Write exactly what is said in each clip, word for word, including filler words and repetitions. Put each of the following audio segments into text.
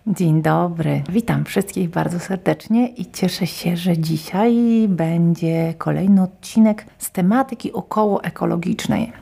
Dzień dobry. Witam wszystkich bardzo serdecznie i cieszę się, że dzisiaj będzie kolejny odcinek z tematyki okołoekologicznej.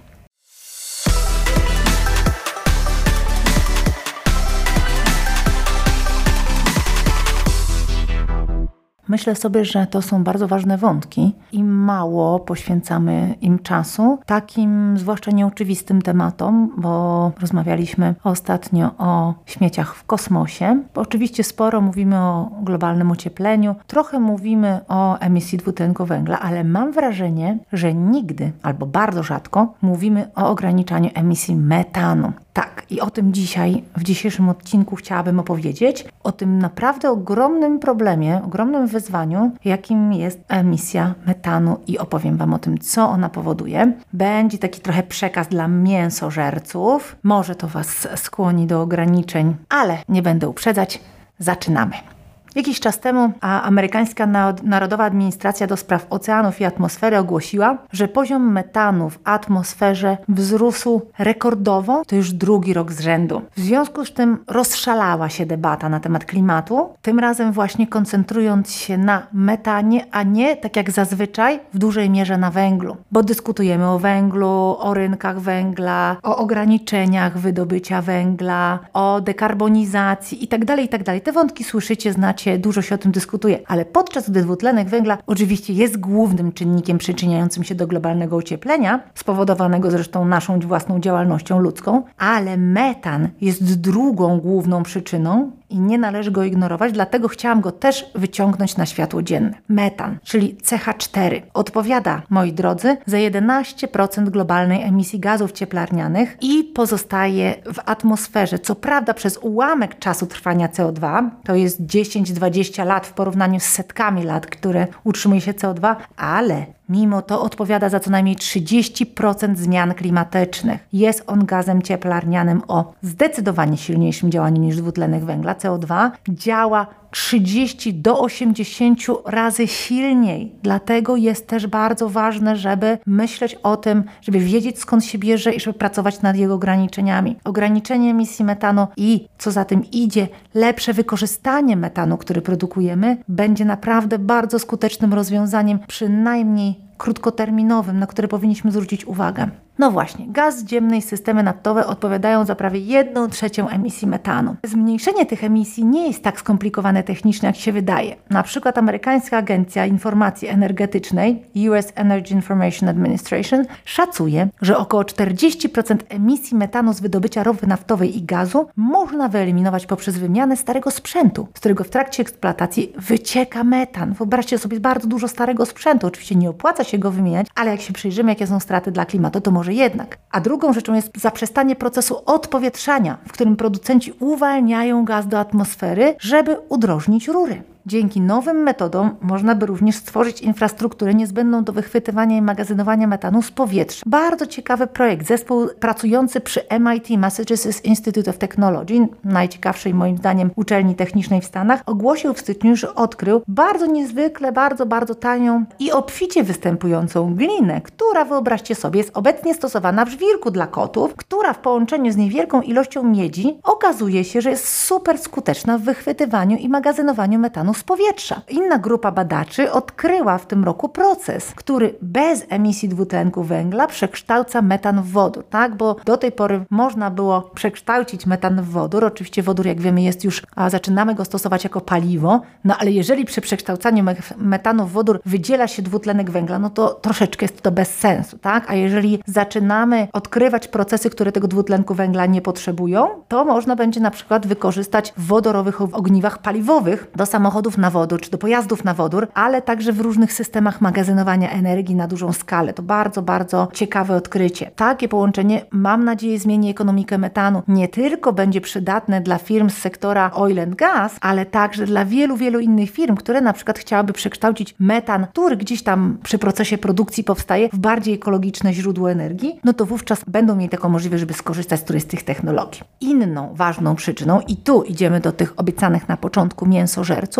Myślę sobie, że to są bardzo ważne wątki i mało poświęcamy im czasu, takim zwłaszcza nieoczywistym tematom, bo rozmawialiśmy ostatnio o śmieciach w kosmosie. Oczywiście sporo mówimy o globalnym ociepleniu, trochę mówimy o emisji dwutlenku węgla, ale mam wrażenie, że nigdy albo bardzo rzadko mówimy o ograniczaniu emisji metanu. Tak, i o tym dzisiaj, w dzisiejszym odcinku chciałabym opowiedzieć, o tym naprawdę ogromnym problemie, ogromnym wyzwaniu, jakim jest emisja metanu i opowiem Wam o tym, co ona powoduje. Będzie taki trochę przekaz dla mięsożerców, może to Was skłoni do ograniczeń, ale nie będę uprzedzać, zaczynamy. Jakiś czas temu a amerykańska Narodowa Administracja do Spraw Oceanów i Atmosfery ogłosiła, że poziom metanu w atmosferze wzrósł rekordowo, to już drugi rok z rzędu. W związku z tym rozszalała się debata na temat klimatu, tym razem właśnie koncentrując się na metanie, a nie tak jak zazwyczaj w dużej mierze na węglu. Bo dyskutujemy o węglu, o rynkach węgla, o ograniczeniach wydobycia węgla, o dekarbonizacji itd., itd. Te wątki słyszycie, znacie, dużo się o tym dyskutuje, ale podczas gdy dwutlenek węgla oczywiście jest głównym czynnikiem przyczyniającym się do globalnego ocieplenia, spowodowanego zresztą naszą własną działalnością ludzką, ale metan jest drugą główną przyczyną i nie należy go ignorować, dlatego chciałam go też wyciągnąć na światło dzienne. Metan, czyli C H cztery, odpowiada, moi drodzy, za jedenaście procent globalnej emisji gazów cieplarnianych i pozostaje w atmosferze. Co prawda przez ułamek czasu trwania C O dwa, to jest dziesięć do dwudziestu lat w porównaniu z setkami lat, które utrzymuje się C O dwa, ale mimo to odpowiada za co najmniej trzydzieści procent zmian klimatycznych. Jest on gazem cieplarnianym o zdecydowanie silniejszym działaniu niż dwutlenek węgla. C O dwa działa trzydzieści do osiemdziesięciu razy silniej. Dlatego jest też bardzo ważne, żeby myśleć o tym, żeby wiedzieć, skąd się bierze i żeby pracować nad jego ograniczeniami. Ograniczenie emisji metanu i, co za tym idzie, lepsze wykorzystanie metanu, który produkujemy, będzie naprawdę bardzo skutecznym rozwiązaniem, przynajmniej krótkoterminowym, na które powinniśmy zwrócić uwagę. No właśnie, gaz ziemny i systemy naftowe odpowiadają za prawie jedną trzecią emisji metanu. Zmniejszenie tych emisji nie jest tak skomplikowane technicznie, jak się wydaje. Na przykład amerykańska Agencja Informacji Energetycznej U S Energy Information Administration szacuje, że około czterdzieści procent emisji metanu z wydobycia ropy naftowej i gazu można wyeliminować poprzez wymianę starego sprzętu, z którego w trakcie eksploatacji wycieka metan. Wyobraźcie sobie bardzo dużo starego sprzętu. Oczywiście nie opłaca się go wymieniać, ale jak się przyjrzymy, jakie są straty dla klimatu, to może jednak. A drugą rzeczą jest zaprzestanie procesu odpowietrzania, w którym producenci uwalniają gaz do atmosfery, żeby udrożnić rury. Dzięki nowym metodom można by również stworzyć infrastrukturę niezbędną do wychwytywania i magazynowania metanu z powietrza. Bardzo ciekawy projekt. Zespół pracujący przy M I T, Massachusetts Institute of Technology, najciekawszej moim zdaniem uczelni technicznej w Stanach, ogłosił w styczniu, że odkrył bardzo niezwykle, bardzo, bardzo tanią i obficie występującą glinę, która, wyobraźcie sobie, jest obecnie stosowana w żwirku dla kotów, która w połączeniu z niewielką ilością miedzi okazuje się, że jest super skuteczna w wychwytywaniu i magazynowaniu metanu z powietrza. Inna grupa badaczy odkryła w tym roku proces, który bez emisji dwutlenku węgla przekształca metan w wodór, tak? Bo do tej pory można było przekształcić metan w wodór. Oczywiście wodór, jak wiemy, jest już, a zaczynamy go stosować jako paliwo, no ale jeżeli przy przekształcaniu me- metanu w wodór wydziela się dwutlenek węgla, no to troszeczkę jest to bez sensu, tak? A jeżeli zaczynamy odkrywać procesy, które tego dwutlenku węgla nie potrzebują, to można będzie na przykład wykorzystać w wodorowych ogniwach paliwowych do samochodów na wodór, czy do pojazdów na wodór, ale także w różnych systemach magazynowania energii na dużą skalę. To bardzo, bardzo ciekawe odkrycie. Takie połączenie, mam nadzieję, zmieni ekonomikę metanu. Nie tylko będzie przydatne dla firm z sektora oil and gas, ale także dla wielu, wielu innych firm, które na przykład chciałyby przekształcić metan, który gdzieś tam przy procesie produkcji powstaje, w bardziej ekologiczne źródło energii, no to wówczas będą mieli taką możliwość, żeby skorzystać z którejś z tych technologii. Inną ważną przyczyną, i tu idziemy do tych obiecanych na początku mięsożerców,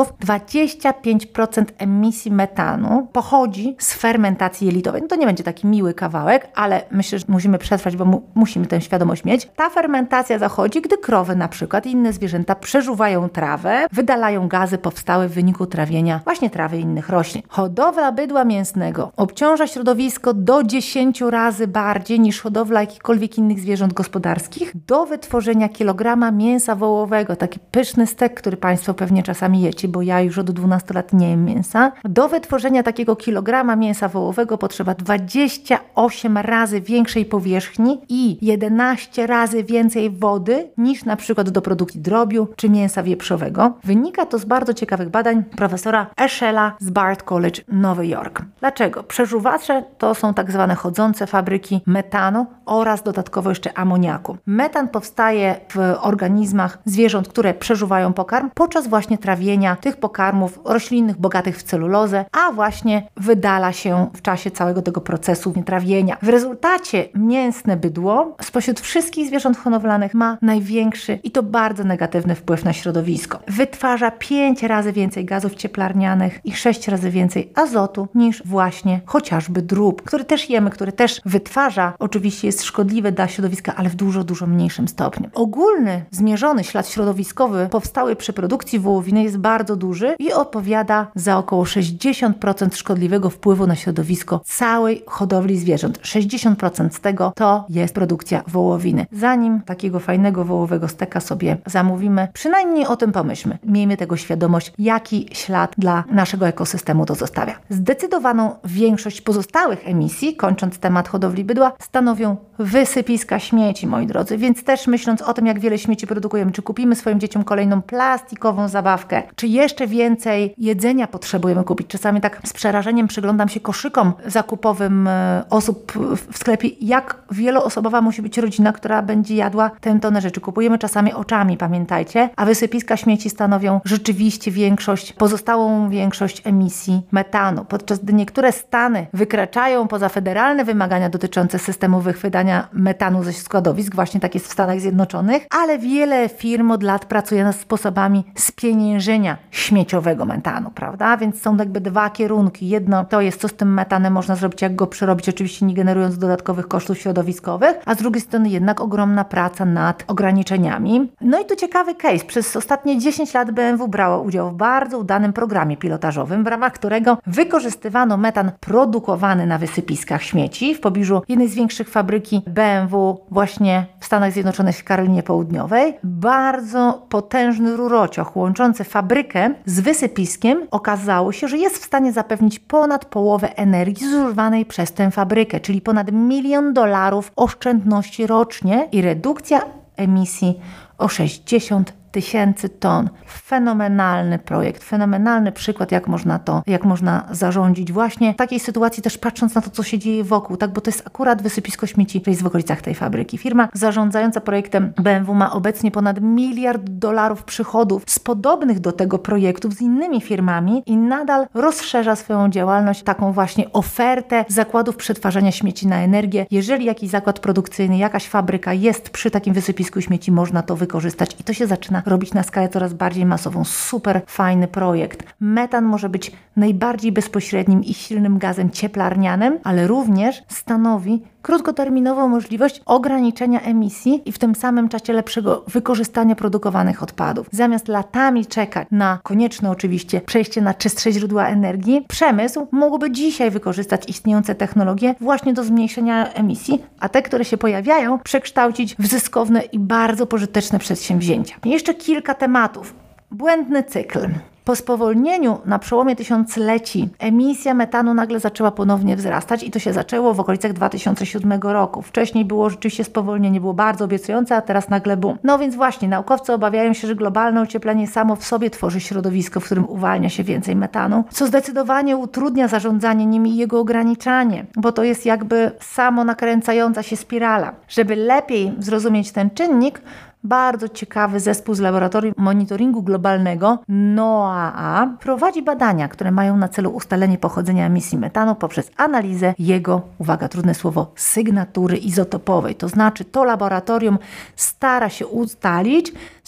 środowisków, dwadzieścia pięć procent emisji metanu pochodzi z fermentacji jelitowej. No to nie będzie taki miły kawałek, ale myślę, że musimy przetrwać, bo mu, musimy tę świadomość mieć. Ta fermentacja zachodzi, gdy krowy na przykład i inne zwierzęta przeżuwają trawę, wydalają gazy powstałe w wyniku trawienia właśnie trawy i innych roślin. Hodowla bydła mięsnego obciąża środowisko do dziesięciu razy bardziej niż hodowla jakichkolwiek innych zwierząt gospodarskich. Do wytworzenia kilograma mięsa wołowego, taki pyszny stek, który Państwo pewnie czasami jecie, bo ja już od dwunastu lat nie jem mięsa. Do wytworzenia takiego kilograma mięsa wołowego potrzeba dwadzieścia osiem razy większej powierzchni i jedenaście razy więcej wody niż na przykład do produkcji drobiu czy mięsa wieprzowego. Wynika to z bardzo ciekawych badań profesora Eschela z Bard College, Nowy Jork. Dlaczego? Przeżuwacze to są tak zwane chodzące fabryki metanu oraz dodatkowo jeszcze amoniaku. Metan powstaje w organizmach zwierząt, które przeżuwają pokarm podczas właśnie trawienia tych pokarmów roślinnych bogatych w celulozę, a właśnie wydala się w czasie całego tego procesu trawienia. W rezultacie mięsne bydło spośród wszystkich zwierząt hodowlanych ma największy i to bardzo negatywny wpływ na środowisko. Wytwarza pięć razy więcej gazów cieplarnianych i sześć razy więcej azotu niż właśnie chociażby drób, który też jemy, który też wytwarza, oczywiście jest szkodliwy dla środowiska, ale w dużo, dużo mniejszym stopniu. Ogólny, zmierzony ślad środowiskowy powstały przy produkcji wołowiny jest bardzo duży i odpowiada za około sześćdziesiąt procent szkodliwego wpływu na środowisko całej hodowli zwierząt. sześćdziesiąt procent z tego to jest produkcja wołowiny. Zanim takiego fajnego wołowego steka sobie zamówimy, przynajmniej o tym pomyślmy. Miejmy tego świadomość, jaki ślad dla naszego ekosystemu to zostawia. Zdecydowaną większość pozostałych emisji, kończąc temat hodowli bydła, stanowią wysypiska śmieci, moi drodzy. Więc też myśląc o tym, jak wiele śmieci produkujemy, czy kupimy swoim dzieciom kolejną plastikową zabawkę, czy jeszcze więcej jedzenia potrzebujemy kupić. Czasami tak z przerażeniem przyglądam się koszykom zakupowym osób w sklepie, jak wieloosobowa musi być rodzina, która będzie jadła tę tonę rzeczy. Kupujemy czasami oczami, pamiętajcie, a wysypiska śmieci stanowią rzeczywiście większość, pozostałą większość emisji metanu. Podczas gdy niektóre stany wykraczają poza federalne wymagania dotyczące systemowych wydania metanu ze składowisk, właśnie tak jest w Stanach Zjednoczonych, ale wiele firm od lat pracuje nad sposobami spieniężenia śmieciowego metanu, prawda? Więc są jakby dwa kierunki. Jedno to jest, co z tym metanem można zrobić, jak go przerobić, oczywiście nie generując dodatkowych kosztów środowiskowych, a z drugiej strony jednak ogromna praca nad ograniczeniami. No i tu ciekawy case. Przez ostatnie dziesięć lat B M W brało udział w bardzo udanym programie pilotażowym, w ramach którego wykorzystywano metan produkowany na wysypiskach śmieci w pobliżu jednej z większych fabryki B M W właśnie w Stanach Zjednoczonych w Karolinie Południowej. Bardzo potężny rurociąg łączący fabrykę z wysypiskiem okazało się, że jest w stanie zapewnić ponad połowę energii zużywanej przez tę fabrykę, czyli ponad milion dolarów oszczędności rocznie i redukcja emisji o sześćdziesiąt tysięcy ton. Fenomenalny projekt, fenomenalny przykład, jak można to, jak można zarządzić właśnie w takiej sytuacji, też patrząc na to, co się dzieje wokół, tak, bo to jest akurat wysypisko śmieci, które jest w okolicach tej fabryki. Firma zarządzająca projektem B M W ma obecnie ponad miliard dolarów przychodów z podobnych do tego projektów z innymi firmami i nadal rozszerza swoją działalność, taką właśnie ofertę zakładów przetwarzania śmieci na energię. Jeżeli jakiś zakład produkcyjny, jakaś fabryka jest przy takim wysypisku śmieci, można to wykorzystać i to się zaczyna robić na skalę coraz bardziej masową. Super fajny projekt. Metan może być najbardziej bezpośrednim i silnym gazem cieplarnianym, ale również stanowi krótkoterminową możliwość ograniczenia emisji i w tym samym czasie lepszego wykorzystania produkowanych odpadów. Zamiast latami czekać na konieczne oczywiście przejście na czystsze źródła energii, przemysł mógłby dzisiaj wykorzystać istniejące technologie właśnie do zmniejszenia emisji, a te, które się pojawiają, przekształcić w zyskowne i bardzo pożyteczne przedsięwzięcia. Jeszcze kilka tematów. Błędny cykl. Po spowolnieniu na przełomie tysiącleci emisja metanu nagle zaczęła ponownie wzrastać i to się zaczęło w okolicach dwa tysiące siódmego roku. Wcześniej było rzeczywiście spowolnienie, było bardzo obiecujące, a teraz nagle boom. No więc właśnie, naukowcy obawiają się, że globalne ocieplenie samo w sobie tworzy środowisko, w którym uwalnia się więcej metanu, co zdecydowanie utrudnia zarządzanie nim i jego ograniczanie, bo to jest jakby samo nakręcająca się spirala. Żeby lepiej zrozumieć ten czynnik, bardzo ciekawy zespół z Laboratorium Monitoringu Globalnego NOAA prowadzi badania, które mają na celu ustalenie pochodzenia emisji metanu poprzez analizę jego, uwaga, trudne słowo, sygnatury izotopowej. To znaczy to laboratorium stara się ustalić,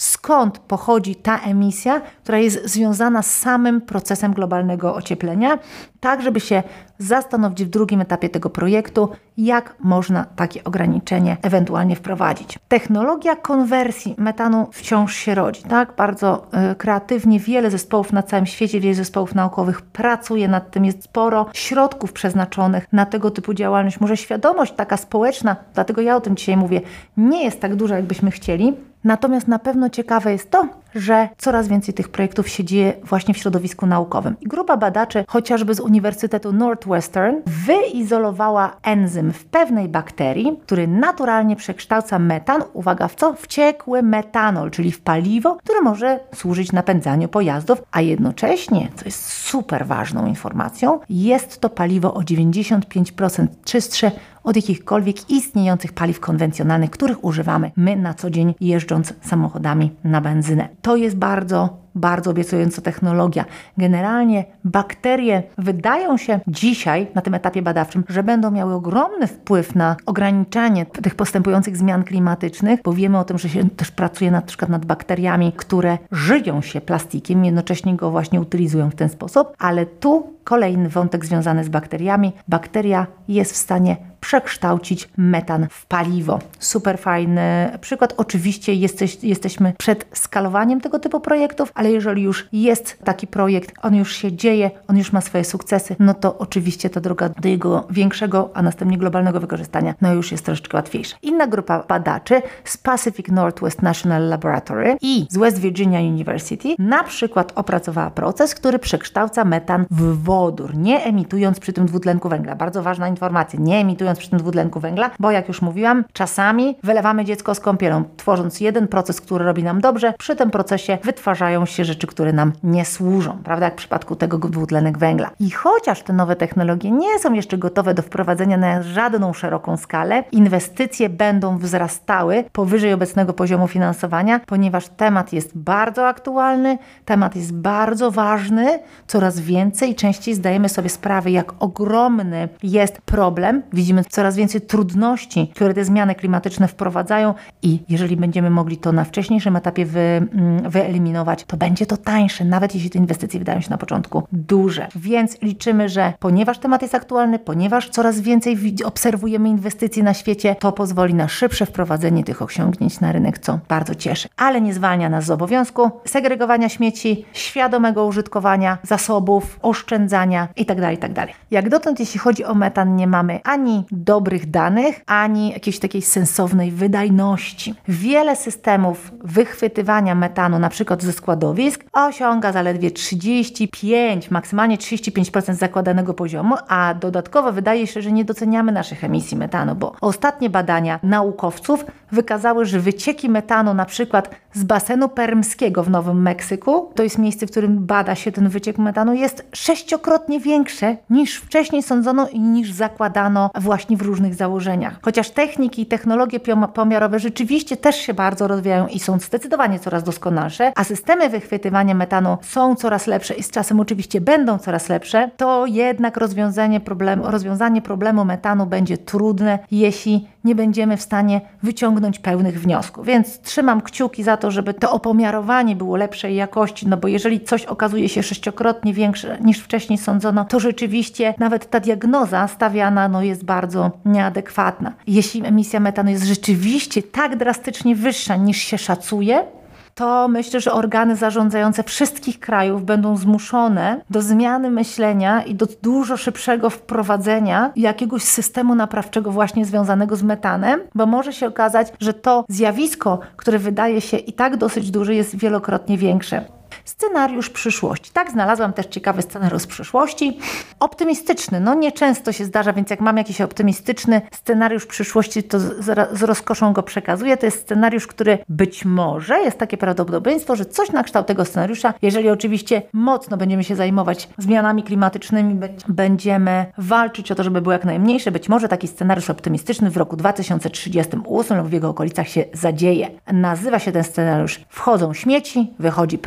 skąd pochodzi ta emisja, która jest związana z samym procesem globalnego ocieplenia, tak żeby się zastanowić w drugim etapie tego projektu, jak można takie ograniczenie ewentualnie wprowadzić. Technologia konwersji metanu wciąż się rodzi, tak? Bardzo y, kreatywnie wiele zespołów na całym świecie, wiele zespołów naukowych pracuje nad tym, jest sporo środków przeznaczonych na tego typu działalność. Może świadomość taka społeczna, dlatego ja o tym dzisiaj mówię, nie jest tak duża, jakbyśmy chcieli. Natomiast na pewno ciekawe jest to, że coraz więcej tych projektów się dzieje właśnie w środowisku naukowym. I grupa badaczy, chociażby z Uniwersytetu Northwestern, wyizolowała enzym w pewnej bakterii, który naturalnie przekształca metan, uwaga w co? W ciekły metanol, czyli w paliwo, które może służyć napędzaniu pojazdów, a jednocześnie, co jest super ważną informacją, jest to paliwo o dziewięćdziesiąt pięć procent czystsze od jakichkolwiek istniejących paliw konwencjonalnych, których używamy my na co dzień jeżdżąc samochodami na benzynę. To jest bardzo bardzo obiecująca technologia. Generalnie bakterie wydają się dzisiaj na tym etapie badawczym, że będą miały ogromny wpływ na ograniczanie tych postępujących zmian klimatycznych, bo wiemy o tym, że się też pracuje na przykład nad bakteriami, które żyją się plastikiem, jednocześnie go właśnie utylizują w ten sposób, ale tu kolejny wątek związany z bakteriami. Bakteria jest w stanie przekształcić metan w paliwo. Super fajny przykład. Oczywiście jesteś, jesteśmy przed skalowaniem tego typu projektów, ale jeżeli już jest taki projekt, on już się dzieje, on już ma swoje sukcesy, no to oczywiście ta droga do jego większego, a następnie globalnego wykorzystania, no już jest troszeczkę łatwiejsza. Inna grupa badaczy z Pacific Northwest National Laboratory i z West Virginia University na przykład opracowała proces, który przekształca metan w wodór, nie emitując przy tym dwutlenku węgla. Bardzo ważna informacja, nie emitując przy tym dwutlenku węgla, bo jak już mówiłam, czasami wylewamy dziecko z kąpielą, tworząc jeden proces, który robi nam dobrze, przy tym procesie wytwarzają się rzeczy, które nam nie służą, prawda, jak w przypadku tego dwutlenek węgla. I chociaż te nowe technologie nie są jeszcze gotowe do wprowadzenia na żadną szeroką skalę, inwestycje będą wzrastały powyżej obecnego poziomu finansowania, ponieważ temat jest bardzo aktualny, temat jest bardzo ważny, coraz więcej i częściej zdajemy sobie sprawę, jak ogromny jest problem. Widzimy coraz więcej trudności, które te zmiany klimatyczne wprowadzają i jeżeli będziemy mogli to na wcześniejszym etapie wy, wyeliminować, to będzie to tańsze, nawet jeśli te inwestycje wydają się na początku duże. Więc liczymy, że ponieważ temat jest aktualny, ponieważ coraz więcej obserwujemy inwestycji na świecie, to pozwoli na szybsze wprowadzenie tych osiągnięć na rynek, co bardzo cieszy. Ale nie zwalnia nas z obowiązku segregowania śmieci, świadomego użytkowania zasobów, oszczędzania itd., itd. Jak dotąd, jeśli chodzi o metan, nie mamy ani dobrych danych, ani jakiejś takiej sensownej wydajności. Wiele systemów wychwytywania metanu, na przykład ze składowisk, osiąga zaledwie trzydzieści pięć, maksymalnie trzydzieści pięć procent zakładanego poziomu, a dodatkowo wydaje się, że nie doceniamy naszych emisji metanu, bo ostatnie badania naukowców wykazały, że wycieki metanu na przykład z basenu permskiego w Nowym Meksyku, to jest miejsce, w którym bada się ten wyciek metanu, jest sześciokrotnie większe niż wcześniej sądzono i niż zakładano właśnie w różnych założeniach. Chociaż techniki i technologie pomiarowe rzeczywiście też się bardzo rozwijają i są zdecydowanie coraz doskonalsze, a systemy wychwytywania metanu są coraz lepsze i z czasem oczywiście będą coraz lepsze, to jednak rozwiązanie problemu, rozwiązanie problemu metanu będzie trudne, jeśli nie będziemy w stanie wyciągnąć pełnych wniosków. Więc trzymam kciuki za to, żeby to opomiarowanie było lepszej jakości, no bo jeżeli coś okazuje się sześciokrotnie większe niż wcześniej sądzono, to rzeczywiście nawet ta diagnoza stawiana no, jest bardzo nieadekwatna. Jeśli emisja metanu jest rzeczywiście tak drastycznie wyższa niż się szacuje, to myślę, że organy zarządzające wszystkich krajów będą zmuszone do zmiany myślenia i do dużo szybszego wprowadzenia jakiegoś systemu naprawczego właśnie związanego z metanem, bo może się okazać, że to zjawisko, które wydaje się i tak dosyć duże, jest wielokrotnie większe. Scenariusz przyszłości. Tak, znalazłam też ciekawy scenariusz przyszłości. Optymistyczny. No nieczęsto się zdarza, więc jak mam jakiś optymistyczny scenariusz przyszłości, to z, z rozkoszą go przekazuję. To jest scenariusz, który być może, jest takie prawdopodobieństwo, że coś na kształt tego scenariusza, jeżeli oczywiście mocno będziemy się zajmować zmianami klimatycznymi, będziemy walczyć o to, żeby było jak najmniejsze, być może taki scenariusz optymistyczny w roku dwa tysiące trzydziestym ósmym lub w jego okolicach się zadzieje. Nazywa się ten scenariusz Wchodzą śmieci, wychodzi prąd.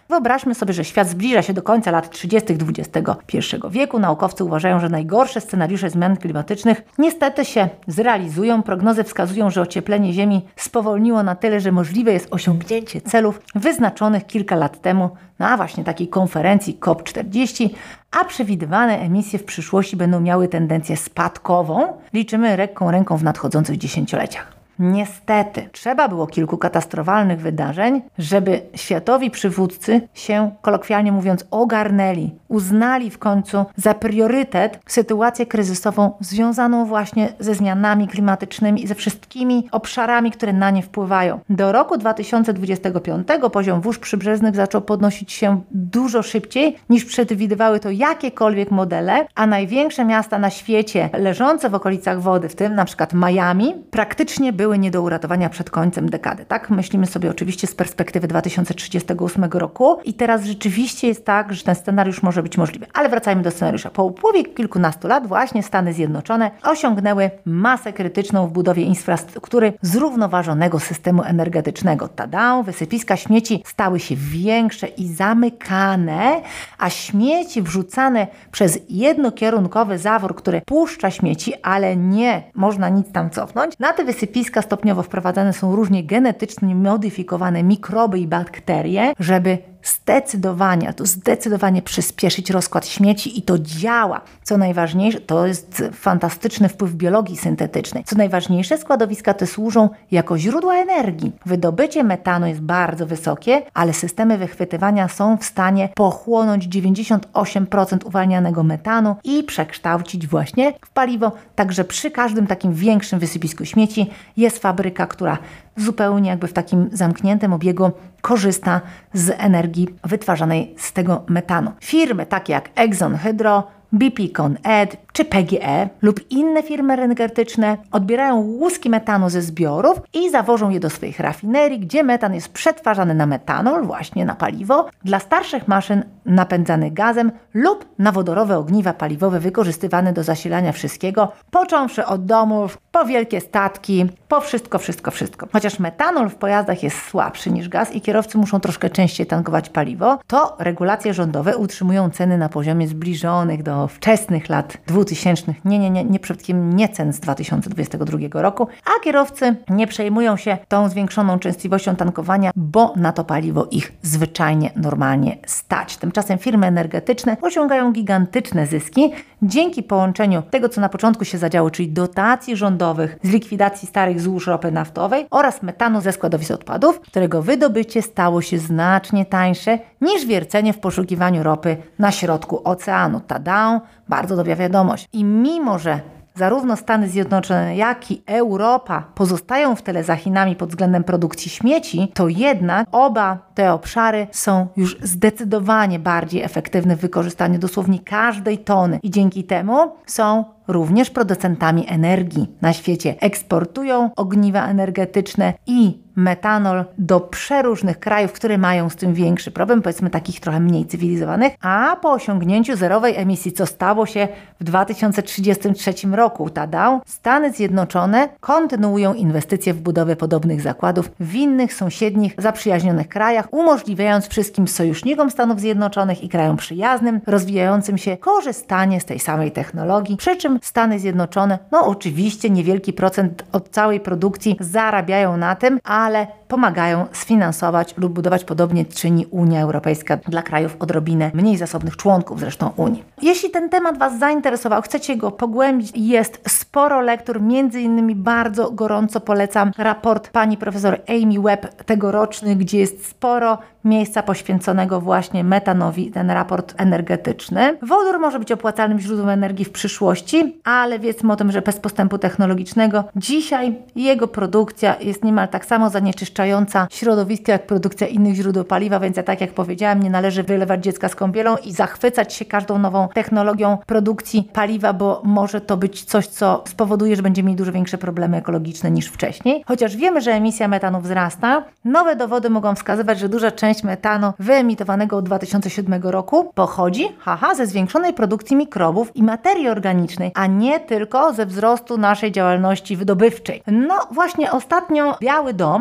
Wyobraźmy sobie, że świat zbliża się do końca lat trzydziestych dwudziestego pierwszego wieku. Naukowcy uważają, że najgorsze scenariusze zmian klimatycznych niestety się zrealizują. Prognozy wskazują, że ocieplenie Ziemi spowolniło na tyle, że możliwe jest osiągnięcie celów wyznaczonych kilka lat temu na właśnie takiej konferencji COP czterdzieści, a przewidywane emisje w przyszłości będą miały tendencję spadkową. Liczymy lekką ręką w nadchodzących dziesięcioleciach. Niestety, trzeba było kilku katastrofalnych wydarzeń, żeby światowi przywódcy się, kolokwialnie mówiąc, ogarnęli, uznali w końcu za priorytet sytuację kryzysową związaną właśnie ze zmianami klimatycznymi i ze wszystkimi obszarami, które na nie wpływają. Do roku dwa tysiące dwudziestego piątego poziom wód przybrzeżnych zaczął podnosić się dużo szybciej niż przewidywały to jakiekolwiek modele, a największe miasta na świecie leżące w okolicach wody, w tym na przykład Miami, praktycznie były były nie do uratowania przed końcem dekady. Tak myślimy sobie oczywiście z perspektywy dwa tysiące trzydziestego ósmego roku i teraz rzeczywiście jest tak, że ten scenariusz może być możliwy. Ale wracajmy do scenariusza. Po upływie kilkunastu lat właśnie Stany Zjednoczone osiągnęły masę krytyczną w budowie infrastruktury zrównoważonego systemu energetycznego. Tada! Wysypiska śmieci stały się większe i zamykane, a śmieci wrzucane przez jednokierunkowy zawór, który puszcza śmieci, ale nie można nic tam cofnąć. Na te wysypiska stopniowo wprowadzane są różnie genetycznie modyfikowane mikroby i bakterie, żeby zdecydowanie, to zdecydowanie przyspieszyć rozkład śmieci i to działa. Co najważniejsze, to jest fantastyczny wpływ biologii syntetycznej. Co najważniejsze, składowiska te służą jako źródła energii. Wydobycie metanu jest bardzo wysokie, ale systemy wychwytywania są w stanie pochłonąć dziewięćdziesiąt osiem procent uwalnianego metanu i przekształcić właśnie w paliwo. Także przy każdym takim większym wysypisku śmieci jest fabryka, która zupełnie jakby w takim zamkniętym obiegu korzysta z energii wytwarzanej z tego metanu. Firmy takie jak Exxon Hydro, B P Con Ed czy P G E lub inne firmy energetyczne odbierają łuski metanu ze zbiorów i zawożą je do swoich rafinerii, gdzie metan jest przetwarzany na metanol, właśnie na paliwo, dla starszych maszyn napędzanych gazem lub na wodorowe ogniwa paliwowe wykorzystywane do zasilania wszystkiego, począwszy od domów, po wielkie statki, po wszystko, wszystko, wszystko. Chociaż metanol w pojazdach jest słabszy niż gaz i kierowcy muszą troszkę częściej tankować paliwo, to regulacje rządowe utrzymują ceny na poziomie zbliżonych do wczesnych lat dwutysięcznych. Nie, nie, nie, nie przypadkiem nie cen z dwa tysiące dwudziestego drugiego roku, a kierowcy nie przejmują się tą zwiększoną częstotliwością tankowania, bo na to paliwo ich zwyczajnie, normalnie stać. Tymczasem firmy energetyczne osiągają gigantyczne zyski dzięki połączeniu tego, co na początku się zadziało, czyli dotacji rządowych z likwidacji starych złóż ropy naftowej oraz metanu ze składowisk odpadów, którego wydobycie stało się znacznie tańsze niż wiercenie w poszukiwaniu ropy na środku oceanu. Tada! Bardzo dobra wiadomość. I mimo, że zarówno Stany Zjednoczone, jak i Europa pozostają w tyle za Chinami pod względem produkcji śmieci, to jednak oba te obszary są już zdecydowanie bardziej efektywne w wykorzystaniu dosłownie każdej tony i dzięki temu są również producentami energii na świecie. Eksportują ogniwa energetyczne i metanol do przeróżnych krajów, które mają z tym większy problem, powiedzmy takich trochę mniej cywilizowanych, a po osiągnięciu zerowej emisji, co stało się w dwa tysiące trzydziestym trzecim roku, tada, Stany Zjednoczone kontynuują inwestycje w budowę podobnych zakładów w innych sąsiednich, zaprzyjaźnionych krajach, umożliwiając wszystkim sojusznikom Stanów Zjednoczonych i krajom przyjaznym, rozwijającym się, korzystanie z tej samej technologii, przy czym Stany Zjednoczone, no oczywiście niewielki procent od całej produkcji zarabiają na tym, ale pomagają sfinansować lub budować, podobnie czyni Unia Europejska dla krajów odrobinę mniej zasobnych członków zresztą Unii. Jeśli ten temat Was zainteresował, chcecie go pogłębić, jest sporo lektur, między innymi bardzo gorąco polecam raport pani profesor Amy Webb tegoroczny, gdzie jest sporo miejsca poświęconego właśnie metanowi, ten raport energetyczny. Wodór może być opłacalnym źródłem energii w przyszłości, ale wiedzmy o tym, że bez postępu technologicznego dzisiaj jego produkcja jest niemal tak samo zanieczyszczająca środowisko jak produkcja innych źródeł paliwa, więc ja tak jak powiedziałam, nie należy wylewać dziecka z kąpielą i zachwycać się każdą nową technologią produkcji paliwa, bo może to być coś, co spowoduje, że będziemy mieli dużo większe problemy ekologiczne niż wcześniej. Chociaż wiemy, że emisja metanu wzrasta, nowe dowody mogą wskazywać, że duża część metanu wyemitowanego od dwa tysiące siódmego roku pochodzi, haha, ze zwiększonej produkcji mikrobów i materii organicznej, a nie tylko ze wzrostu naszej działalności wydobywczej. No właśnie ostatnio Biały Dom zaczął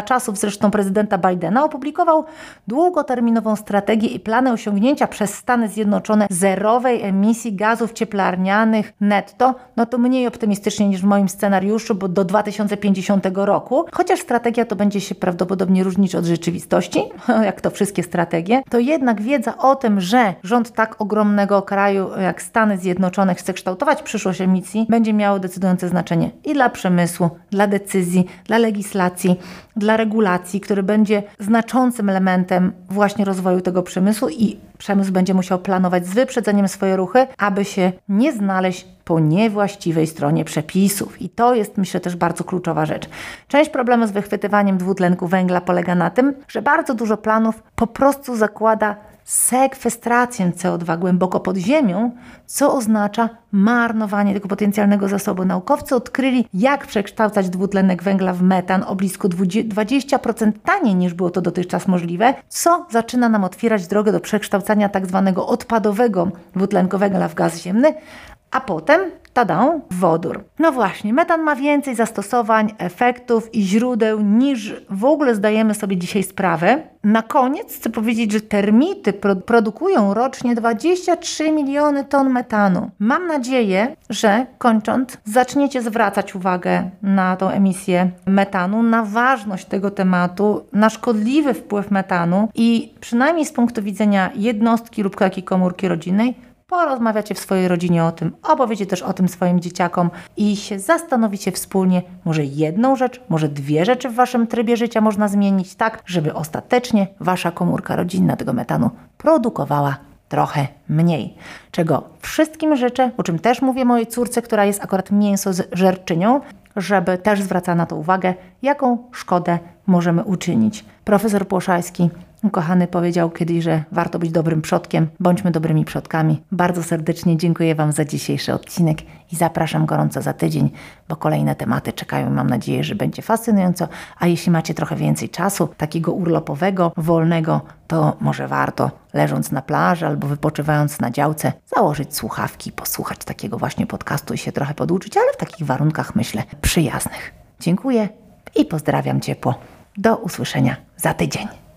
za czasów zresztą prezydenta Bidena, opublikował długoterminową strategię i plany osiągnięcia przez Stany Zjednoczone zerowej emisji gazów cieplarnianych netto, no to mniej optymistycznie niż w moim scenariuszu, bo do dwa tysiące pięćdziesiątego roku, chociaż strategia to będzie się prawdopodobnie różnić od rzeczywistości, jak to wszystkie strategie, to jednak wiedza o tym, że rząd tak ogromnego kraju jak Stany Zjednoczone chce kształtować przyszłość emisji, będzie miało decydujące znaczenie i dla przemysłu, dla decyzji, dla legislacji, dla regulacji, który będzie znaczącym elementem właśnie rozwoju tego przemysłu i przemysł będzie musiał planować z wyprzedzeniem swoje ruchy, aby się nie znaleźć po niewłaściwej stronie przepisów. I to jest, myślę, też bardzo kluczowa rzecz. Część problemu z wychwytywaniem dwutlenku węgla polega na tym, że bardzo dużo planów po prostu zakłada sekwestrację C O dwa głęboko pod ziemią, co oznacza marnowanie tego potencjalnego zasobu. Naukowcy odkryli, jak przekształcać dwutlenek węgla w metan o blisko dwadzieścia procent taniej niż było to dotychczas możliwe, co zaczyna nam otwierać drogę do przekształcania tak zwanego odpadowego dwutlenku węgla w gaz ziemny, a potem, tada, wodór. No właśnie, metan ma więcej zastosowań, efektów i źródeł niż w ogóle zdajemy sobie dzisiaj sprawę. Na koniec chcę powiedzieć, że termity pro- produkują rocznie dwadzieścia trzy miliony ton metanu. Mam nadzieję, że kończąc zaczniecie zwracać uwagę na tą emisję metanu, na ważność tego tematu, na szkodliwy wpływ metanu i przynajmniej z punktu widzenia jednostki lub takiej komórki rodzinnej porozmawiacie w swojej rodzinie o tym, opowiecie też o tym swoim dzieciakom i się zastanowicie wspólnie, może jedną rzecz, może dwie rzeczy w waszym trybie życia można zmienić tak, żeby ostatecznie wasza komórka rodzinna tego metanu produkowała trochę mniej. Czego wszystkim życzę, o czym też mówię mojej córce, która jest akurat mięsożerczynią, żeby też zwracała na to uwagę, jaką szkodę możemy uczynić. Profesor Płoszajski, kochany, powiedział kiedyś, że warto być dobrym przodkiem. Bądźmy dobrymi przodkami. Bardzo serdecznie dziękuję wam za dzisiejszy odcinek i zapraszam gorąco za tydzień, bo kolejne tematy czekają. Mam nadzieję, że będzie fascynująco, a jeśli macie trochę więcej czasu, takiego urlopowego, wolnego, to może warto, leżąc na plaży albo wypoczywając na działce, założyć słuchawki, posłuchać takiego właśnie podcastu i się trochę poduczyć, ale w takich warunkach, myślę, przyjaznych. Dziękuję i pozdrawiam ciepło. Do usłyszenia za tydzień.